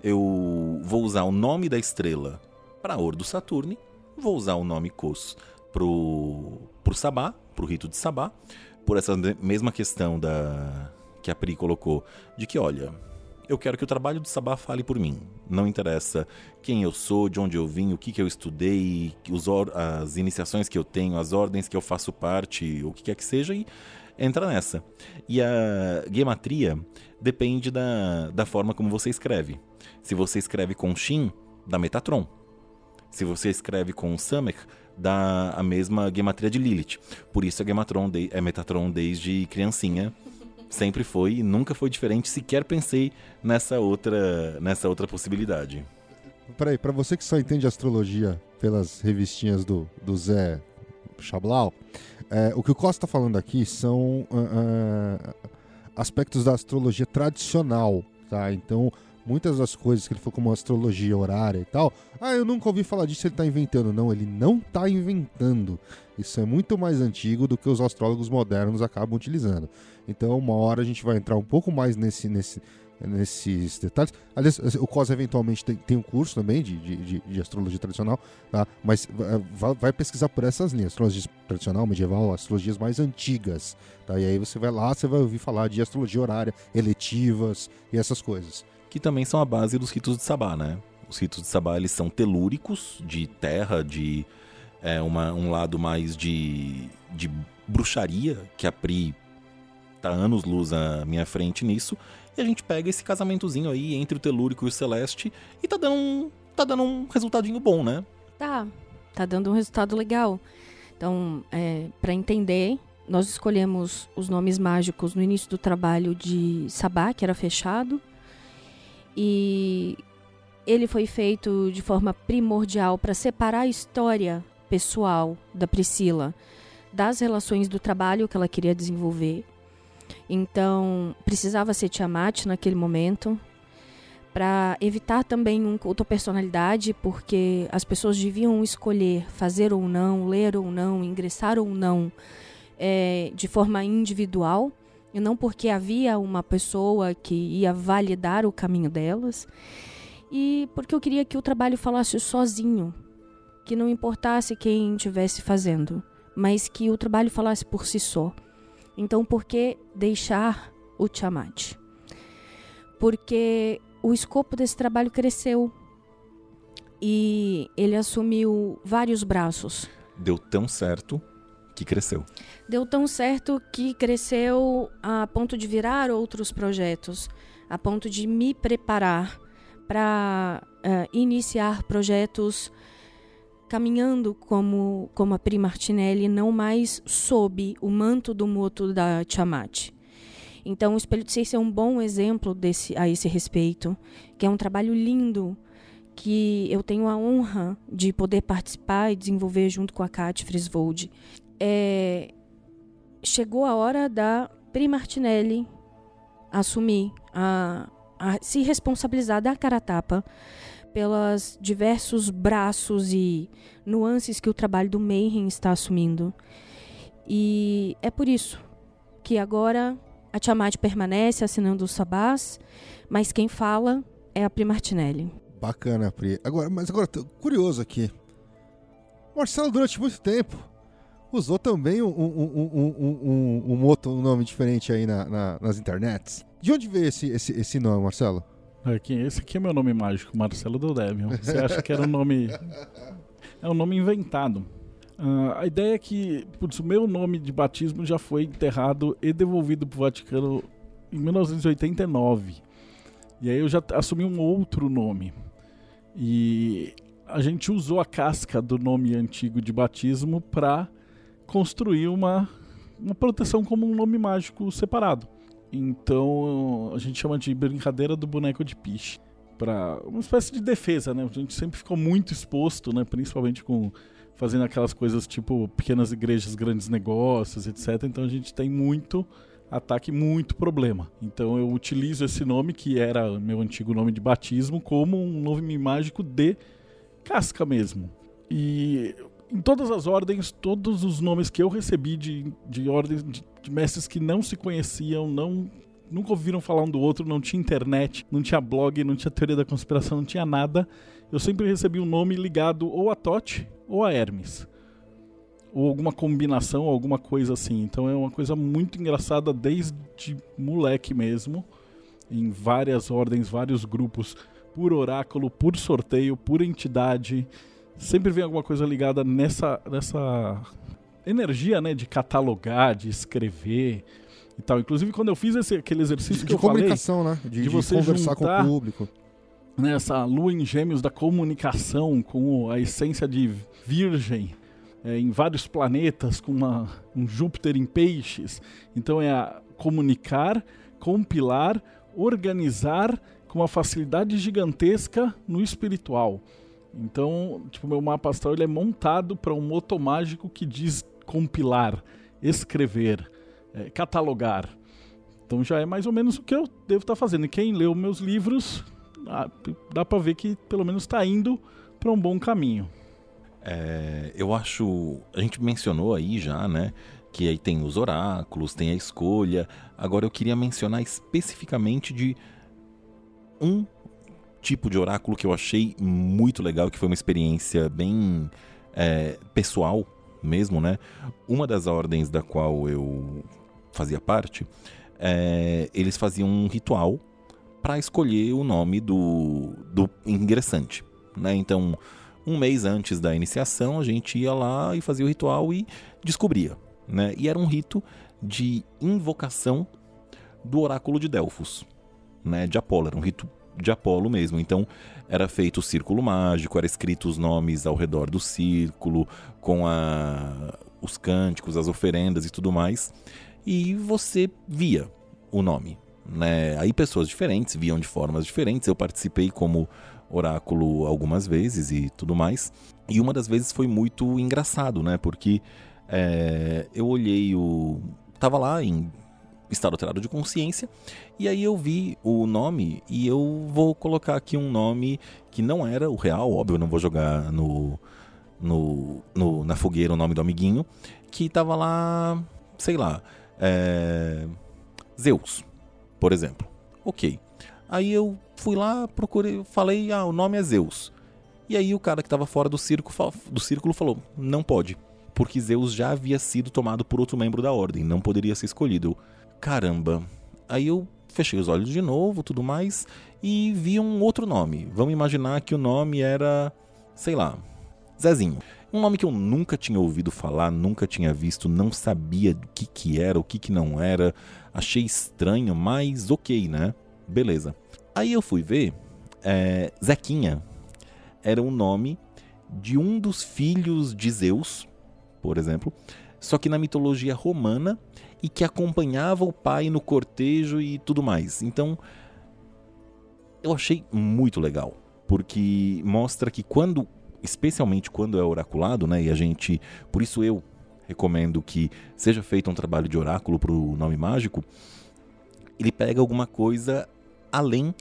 eu vou usar o nome da estrela para Ordo Saturni, vou usar o nome Cos pro, pro Sabá, pro rito de Sabá, por essa mesma questão da, que a Pri colocou, de que, olha, eu quero que o trabalho de Sabá fale por mim. Não interessa quem eu sou, de onde eu vim, o que, que eu estudei, os or- as iniciações que eu tenho, as ordens que eu faço parte, o que quer que seja, e entra nessa. E a gematria depende da, da forma como você escreve. Se você escreve com Shin, dá Metatron. Se você escreve com Samer, dá a mesma gematria de Lilith. Por isso é, gematron de, é Metatron desde criancinha. Sempre foi e nunca foi diferente. Sequer pensei nessa outra, nessa outra possibilidade. Peraí, pra você que só entende astrologia pelas revistinhas do, do Zé Chablau, é, o que o Costa tá falando aqui são uh, uh, aspectos da astrologia tradicional, tá? Então, muitas das coisas que ele falou como astrologia horária e tal, ah, eu nunca ouvi falar disso, ele tá inventando. Não, ele não tá inventando. Isso é muito mais antigo do que os astrólogos modernos acabam utilizando. Então, uma hora a gente vai entrar um pouco mais nesse, nesse, nesses detalhes. Aliás, o C O S eventualmente tem, tem um curso também de, de, de astrologia tradicional, tá? Mas vai, vai pesquisar por essas linhas, astrologia tradicional, medieval, astrologias mais antigas, tá? E aí você vai lá, você vai ouvir falar de astrologia horária, eletivas e essas coisas. Que também são a base dos ritos de Sabá, né? Os ritos de Sabá, eles são telúricos, de terra, de é, uma, um lado mais de, de bruxaria, que a Pri tá anos-luz à minha frente nisso, e a gente pega esse casamentozinho aí entre o telúrico e o celeste, e tá dando um, tá dando um resultadinho bom, né? Tá, tá dando um resultado legal. Então, é, para entender, nós escolhemos os nomes mágicos no início do trabalho de Sabá, que era fechado, e ele foi feito de forma primordial para separar a história pessoal da Priscila das relações do trabalho que ela queria desenvolver. Então, precisava ser Tiamat naquele momento, para evitar também um culto à personalidade, porque as pessoas deviam escolher fazer ou não, ler ou não, ingressar ou não, é, de forma individual, e não porque havia uma pessoa que ia validar o caminho delas, e porque eu queria que o trabalho falasse sozinho, que não importasse quem estivesse fazendo, mas que o trabalho falasse por si só. Então, por que deixar o Tiamat? Porque o escopo desse trabalho cresceu e ele assumiu vários braços. Deu tão certo que cresceu. Deu tão certo que cresceu a ponto de virar outros projetos, a ponto de me preparar para uh, iniciar projetos caminhando como, como a Pri Martinelli, não mais sob o manto do moto da Tiamat. Então, o Espelho de Seis é um bom exemplo desse, a esse respeito, que é um trabalho lindo, que eu tenho a honra de poder participar e desenvolver junto com a Kátia Frisvold. É, chegou a hora da Pri Martinelli assumir, a, a se responsabilizar, dar cara a tapa pelos diversos braços e nuances que o trabalho do Mayhem está assumindo. E é por isso que agora a Tiamat permanece assinando os sabás, mas quem fala é a Pri Martinelli. Bacana, Pri. Agora, mas agora, tô curioso aqui. Marcelo, durante muito tempo, usou também um, um, um, um, um, um outro nome diferente aí na, na, nas internets. De onde veio esse, esse, esse nome, Marcelo? Aqui, esse aqui é meu nome mágico, Marcelo Deldébio. Você acha que era um nome... É um nome inventado. Uh, a ideia é que putz, o meu nome de batismo já foi enterrado e devolvido para o Vaticano em mil novecentos e oitenta e nove. E aí eu já assumi um outro nome. E a gente usou a casca do nome antigo de batismo para construir uma, uma proteção como um nome mágico separado. Então a gente chama de brincadeira do boneco de piche. Para uma espécie de defesa, né? A gente sempre ficou muito exposto, né? Principalmente com fazendo aquelas coisas tipo pequenas igrejas, grandes negócios, etcétera. Então a gente tem muito ataque, muito problema. Então eu utilizo esse nome, que era meu antigo nome de batismo, como um nome mágico de casca mesmo. E em todas as ordens, todos os nomes que eu recebi de, de ordens de, de mestres que não se conheciam, não, nunca ouviram falar um do outro, não tinha internet, não tinha blog, não tinha teoria da conspiração, não tinha nada. Eu sempre recebi um nome ligado ou a Thoth ou a Hermes. Ou alguma combinação, alguma coisa assim. Então é uma coisa muito engraçada desde moleque mesmo. Em várias ordens, vários grupos, por oráculo, por sorteio, por entidade. Sempre vem alguma coisa ligada nessa, nessa energia, né, de catalogar, de escrever e tal. Inclusive, quando eu fiz esse, aquele exercício de, que de eu comunicação, falei... né? De, de, de você conversar juntar, com o público. Né, essa lua em gêmeos da comunicação com a essência de virgem, é, em vários planetas, com uma, um Júpiter em peixes. Então é a comunicar, compilar, organizar com uma facilidade gigantesca no espiritual. Então, tipo, meu mapa astral ele é montado para um moto mágico que diz compilar, escrever, é, catalogar. Então já é mais ou menos o que eu devo estar fazendo. E quem leu meus livros, ah, dá para ver que pelo menos está indo para um bom caminho. É, eu acho... A gente mencionou aí já, né? Que aí tem os oráculos, tem a escolha. Agora eu queria mencionar especificamente de um tipo de oráculo que eu achei muito legal, que foi uma experiência bem é, pessoal mesmo, né? Uma das ordens da qual eu fazia parte, é, eles faziam um ritual para escolher o nome do, do ingressante, né? Então, um mês antes da iniciação, a gente ia lá e fazia o ritual e descobria, né? E era um rito de invocação do oráculo de Delfos, né? De Apolo, era um rito de Apolo mesmo. Então era feito o círculo mágico, era escrito os nomes ao redor do círculo, com a, os cânticos, as oferendas e tudo mais, e você via o nome, né? Aí pessoas diferentes viam de formas diferentes. Eu participei como oráculo algumas vezes e tudo mais, e uma das vezes foi muito engraçado, né? Porque é, eu olhei o... tava lá em estado alterado de consciência, e aí eu vi o nome, e eu vou colocar aqui um nome que não era o real, óbvio, eu não vou jogar no, no, no, na fogueira o nome do amiguinho, que tava lá, sei lá, é, Zeus, por exemplo. Ok. Aí eu fui lá, procurei, falei, ah, o nome é Zeus. E aí o cara que estava fora do círculo, do círculo falou, não pode, porque Zeus já havia sido tomado por outro membro da ordem, não poderia ser escolhido. Eu, caramba. Aí eu fechei os olhos de novo, tudo mais, e vi um outro nome. Vamos imaginar que o nome era, sei lá, Zezinho. Um nome que eu nunca tinha ouvido falar, nunca tinha visto, não sabia o que que era, o que que não era. Achei estranho, mas ok, né? Beleza. Aí eu fui ver, é, Zequinha era o nome de um dos filhos de Zeus, por exemplo, só que na mitologia romana, e que acompanhava o pai no cortejo e tudo mais. Então, eu achei muito legal, porque mostra que quando, especialmente quando é oraculado, né, e a gente, por isso eu recomendo que seja feito um trabalho de oráculo para o nome mágico, ele pega alguma coisa além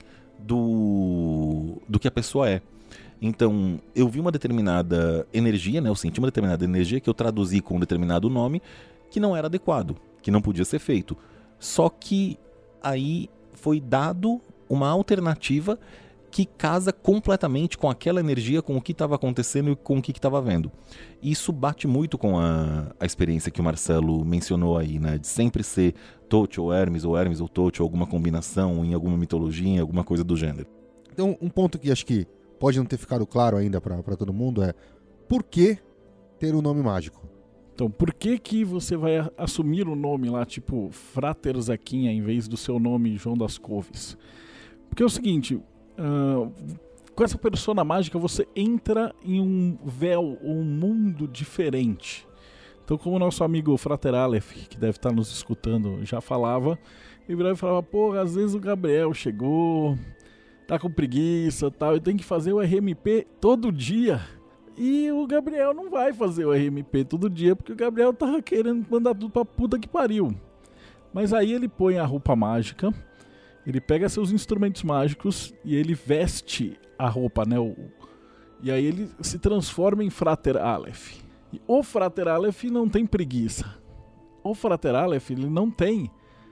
do, do que a pessoa é. Então, eu vi uma determinada energia, né? Eu senti uma determinada energia que eu traduzi com um determinado nome que não era adequado, que não podia ser feito. Só que aí foi dado uma alternativa que casa completamente com aquela energia, com o que estava acontecendo e com o que estava vendo. Isso bate muito com a, a experiência que o Marcelo mencionou aí, né? De sempre ser Thoth ou Hermes, ou Hermes ou Thoth, ou alguma combinação em alguma mitologia, em alguma coisa do gênero. Então, um ponto que acho que pode não ter ficado claro ainda para todo mundo é por que ter um nome mágico? Então, por que que você vai assumir o nome lá, tipo Frater Zequinha, em vez do seu nome João das Couves? Porque é o seguinte... Uh, com essa persona mágica você entra em um véu, um mundo diferente. Então, como o nosso amigo Frater Aleph, que deve estar nos escutando, já falava, ele virava e falava, pô, às vezes o Gabriel chegou, tá com preguiça e tal, e tem que fazer o R M P todo dia. E o Gabriel não vai fazer o R M P todo dia, porque o Gabriel tava querendo mandar tudo pra puta que pariu. Mas aí ele põe a roupa mágica, ele pega seus instrumentos mágicos e ele veste a roupa, né? O, e aí ele se transforma em Frater Aleph. E o Frater Aleph não tem preguiça. O Frater Aleph, ele não tem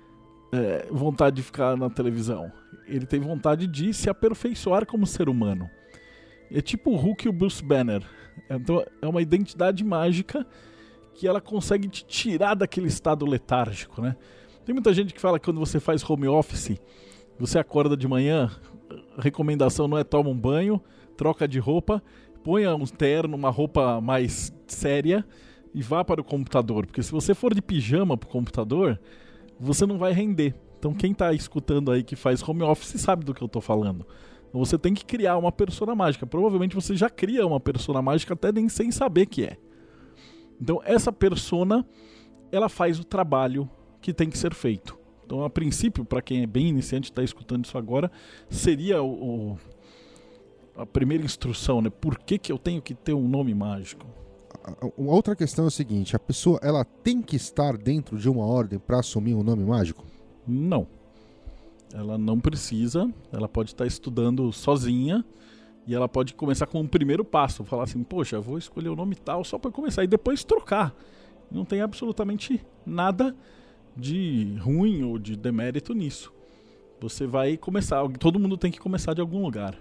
é, vontade de ficar na televisão. Ele tem vontade de se aperfeiçoar como ser humano. É tipo o Hulk e o Bruce Banner. Então é uma identidade mágica que ela consegue te tirar daquele estado letárgico, né? Tem muita gente que fala que quando você faz home office, você acorda de manhã, a recomendação não é toma um banho, troca de roupa, ponha um terno, uma roupa mais séria e vá para o computador. Porque se você for de pijama para o computador, você não vai render. Então quem está escutando aí que faz home office sabe do que eu estou falando. Então você tem que criar uma persona mágica. Provavelmente você já cria uma persona mágica até nem sem saber que é. Então essa persona, ela faz o trabalho que tem que ser feito. Então, a princípio, para quem é bem iniciante e está escutando isso agora, seria o, o, a primeira instrução, né? Por que, que eu tenho que ter um nome mágico? Uma outra questão é o seguinte, a pessoa ela tem que estar dentro de uma ordem para assumir um nome mágico? Não. Ela não precisa, ela pode estar estudando sozinha e ela pode começar com um primeiro passo, falar assim, poxa, eu vou escolher o nome tal só para começar e depois trocar. Não tem absolutamente nada de ruim ou de demérito nisso. Você vai começar, todo mundo tem que começar de algum lugar.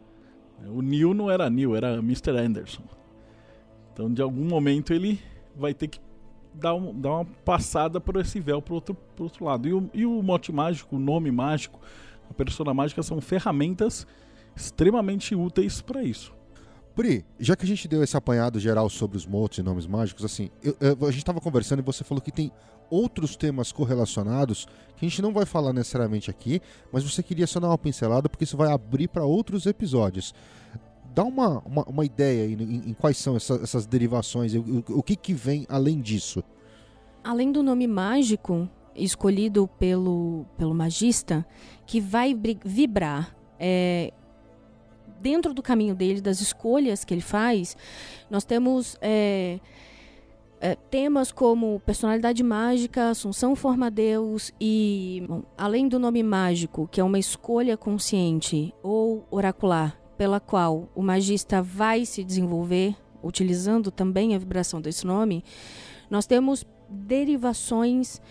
O Neil não era Neil, era mister Anderson. Então de algum momento ele vai ter que dar, um, dar uma passada por esse véu pro outro, pro outro lado. E o, e o mote mágico, o nome mágico, a persona mágica são ferramentas extremamente úteis para isso. Pri, já que a gente deu esse apanhado geral sobre os motes e nomes mágicos, assim, eu, eu, a gente estava conversando e você falou que tem outros temas correlacionados que a gente não vai falar necessariamente aqui, mas você queria só dar uma pincelada porque isso vai abrir para outros episódios. Dá uma, uma, uma ideia aí em, em quais são essa, essas derivações, o, o que, que vem além disso? Além do nome mágico escolhido pelo, pelo magista, que vai vibrar é, dentro do caminho dele, das escolhas que ele faz, nós temos é, é, temas como personalidade mágica, Assunção Forma-Deus e, bom, além do nome mágico, que é uma escolha consciente ou oracular, pela qual o magista vai se desenvolver, utilizando também a vibração desse nome, nós temos derivações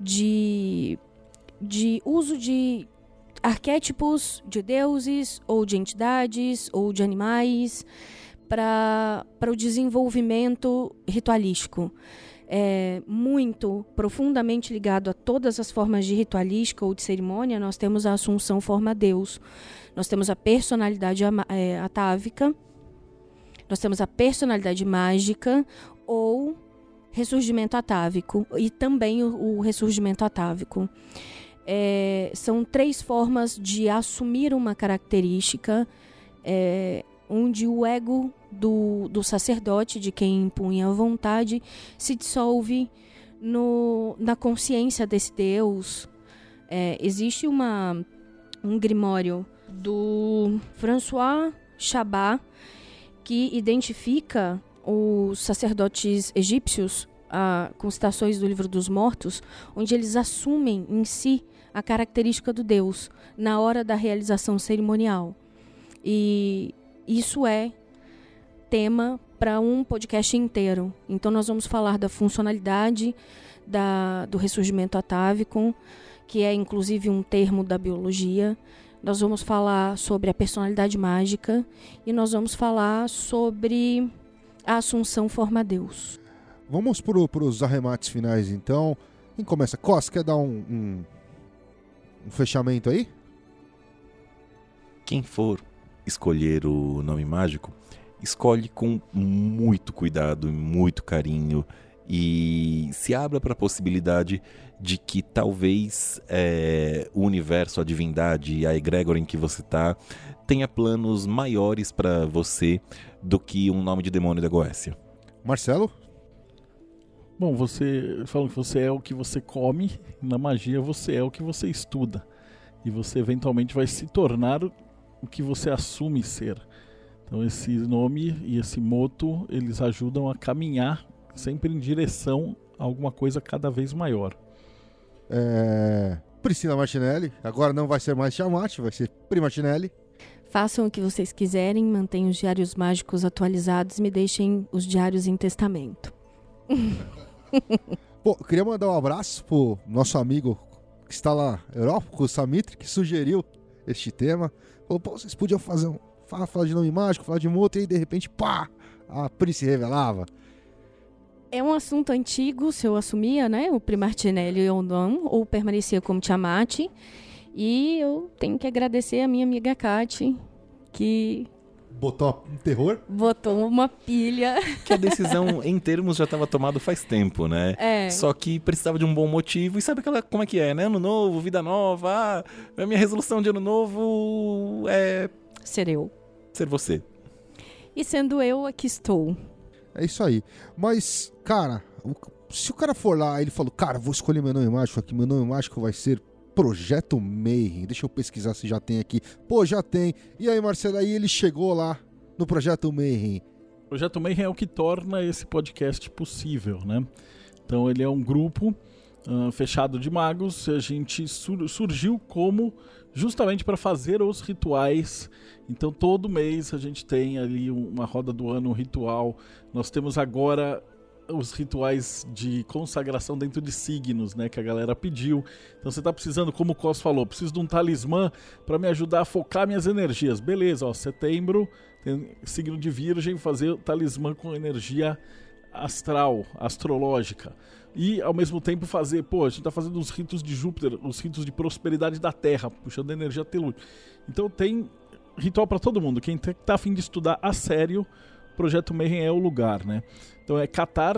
de, de uso de arquétipos de deuses ou de entidades ou de animais para o desenvolvimento ritualístico. É muito profundamente ligado a todas as formas de ritualística ou de cerimônia, nós temos a Assunção Forma-Deus. Nós temos a personalidade é, atávica, nós temos a personalidade mágica ou ressurgimento atávico e também o, o ressurgimento atávico. É, são três formas de assumir uma característica é, onde o ego do, do sacerdote, de quem impunha a vontade, se dissolve no, na consciência desse Deus. É, existe uma, um grimório do François Chabas que identifica os sacerdotes egípcios ah, com citações do Livro dos Mortos, onde eles assumem em si a característica do Deus na hora da realização cerimonial. E isso é tema para um podcast inteiro. Então nós vamos falar da funcionalidade da, do ressurgimento atávico, que é inclusive um termo da biologia. Nós vamos falar sobre a personalidade mágica e nós vamos falar sobre a Assunção Forma-Deus. Vamos para os arremates finais, então. Quem começa? Cos, quer dar um, um, um fechamento aí? Quem for escolher o nome mágico, escolhe com muito cuidado e muito carinho e se abra para a possibilidade de que talvez é, o universo, a divindade, a egrégora em que você está tenha planos maiores para você do que um nome de demônio da Goécia. Marcelo? Bom, você fala que você é o que você come, na magia você é o que você estuda. E você eventualmente vai se tornar o que você assume ser. Então esse nome e esse moto, eles ajudam a caminhar sempre em direção a alguma coisa cada vez maior. É... Priscila Martinelli, agora não vai ser mais Tiamat, vai ser Pri Martinelli. Façam o que vocês quiserem, mantenham os diários mágicos atualizados e me deixem os diários em testamento. Pô, eu queria mandar um abraço pro nosso amigo que está lá na Europa, o Samitri, que sugeriu este tema. Falou, pô, vocês podiam fazer um... Falar, falar de nome mágico, falar de moto, e aí de repente, pá, a Pri se revelava. É um assunto antigo, se eu assumia, né, o Primartinelli ou não, ou permanecia como Tiamat. E eu tenho que agradecer a minha amiga Kati, que... Botou um terror? Botou uma pilha. Que a decisão, em termos, já estava tomada faz tempo, né? É. Só que precisava de um bom motivo. E sabe aquela, como é que é, né? Ano novo, vida nova. Ah, a minha resolução de ano novo é... Ser eu. Ser você. E sendo eu, aqui estou. É isso aí. Mas, cara, se o cara for lá, ele falou, cara, vou escolher meu nome mágico aqui, meu nome mágico vai ser Projeto Mayhem. Deixa eu pesquisar se já tem aqui. Pô, já tem. E aí, Marcelo, aí ele chegou lá no Projeto Mayhem. O Projeto Mayhem é o que torna esse podcast possível, né? Então ele é um grupo uh, fechado de magos. A gente sur- surgiu como justamente para fazer os rituais. Então todo mês a gente tem ali uma roda do ano, um ritual. Nós temos agora os rituais de consagração dentro de signos, né, que a galera pediu. Então você tá precisando, como o Cos falou, preciso de um talismã para me ajudar a focar minhas energias. Beleza, ó, setembro, tem signo de Virgem, fazer o talismã com energia astral, astrológica. E ao mesmo tempo fazer, pô, a gente tá fazendo os ritos de Júpiter, os ritos de prosperidade da Terra, puxando energia telúrica. Então tem ritual para todo mundo. Quem tá a fim de estudar a sério, Projeto Mayhem é o lugar, né? Então é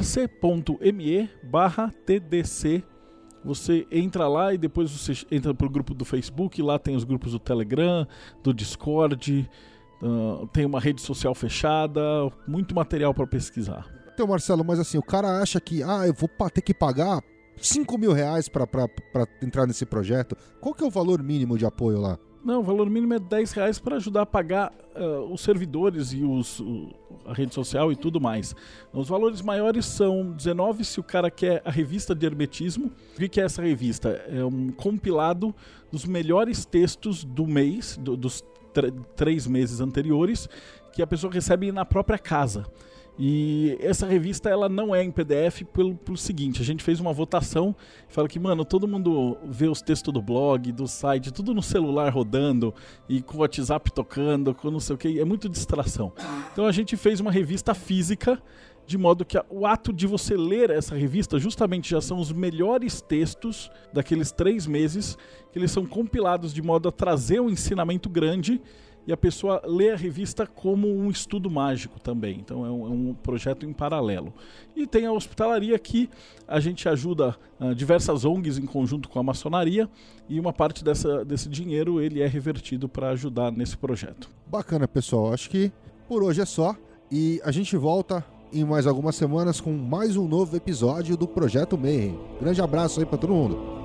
catarse.me barra tdc. Você entra lá e depois você entra pro grupo do Facebook. Lá tem os grupos do Telegram, do Discord, uh, tem uma rede social fechada, muito material para pesquisar. Então, Marcelo, mas assim, o cara acha que, ah, eu vou ter que pagar cinco mil reais pra, pra, pra entrar nesse projeto. Qual que é o valor mínimo de apoio lá? Não, o valor mínimo é dez reais para ajudar a pagar uh, os servidores e os, uh, a rede social e tudo mais. Os valores maiores são dezenove se o cara quer a revista de hermetismo. O que é essa revista? É um compilado dos melhores textos do mês, do, dos tr- três meses anteriores, que a pessoa recebe na própria casa. E essa revista ela não é em P D F pelo, pelo seguinte, a gente fez uma votação, fala que, mano, todo mundo vê os textos do blog, do site, tudo no celular rodando e com o WhatsApp tocando, com não sei o que, é muito distração. Então a gente fez uma revista física, de modo que o ato de você ler essa revista justamente já são os melhores textos daqueles três meses, que eles são compilados de modo a trazer um ensinamento grande e a pessoa lê a revista como um estudo mágico também. Então é um, é um projeto em paralelo. E tem a hospitalaria que a gente ajuda uh, diversas O N Gs em conjunto com a maçonaria e uma parte dessa, desse dinheiro ele é revertido para ajudar nesse projeto. Bacana, pessoal. Acho que por hoje é só. E a gente volta em mais algumas semanas com mais um novo episódio do Projeto Mayhem. Grande abraço aí para todo mundo.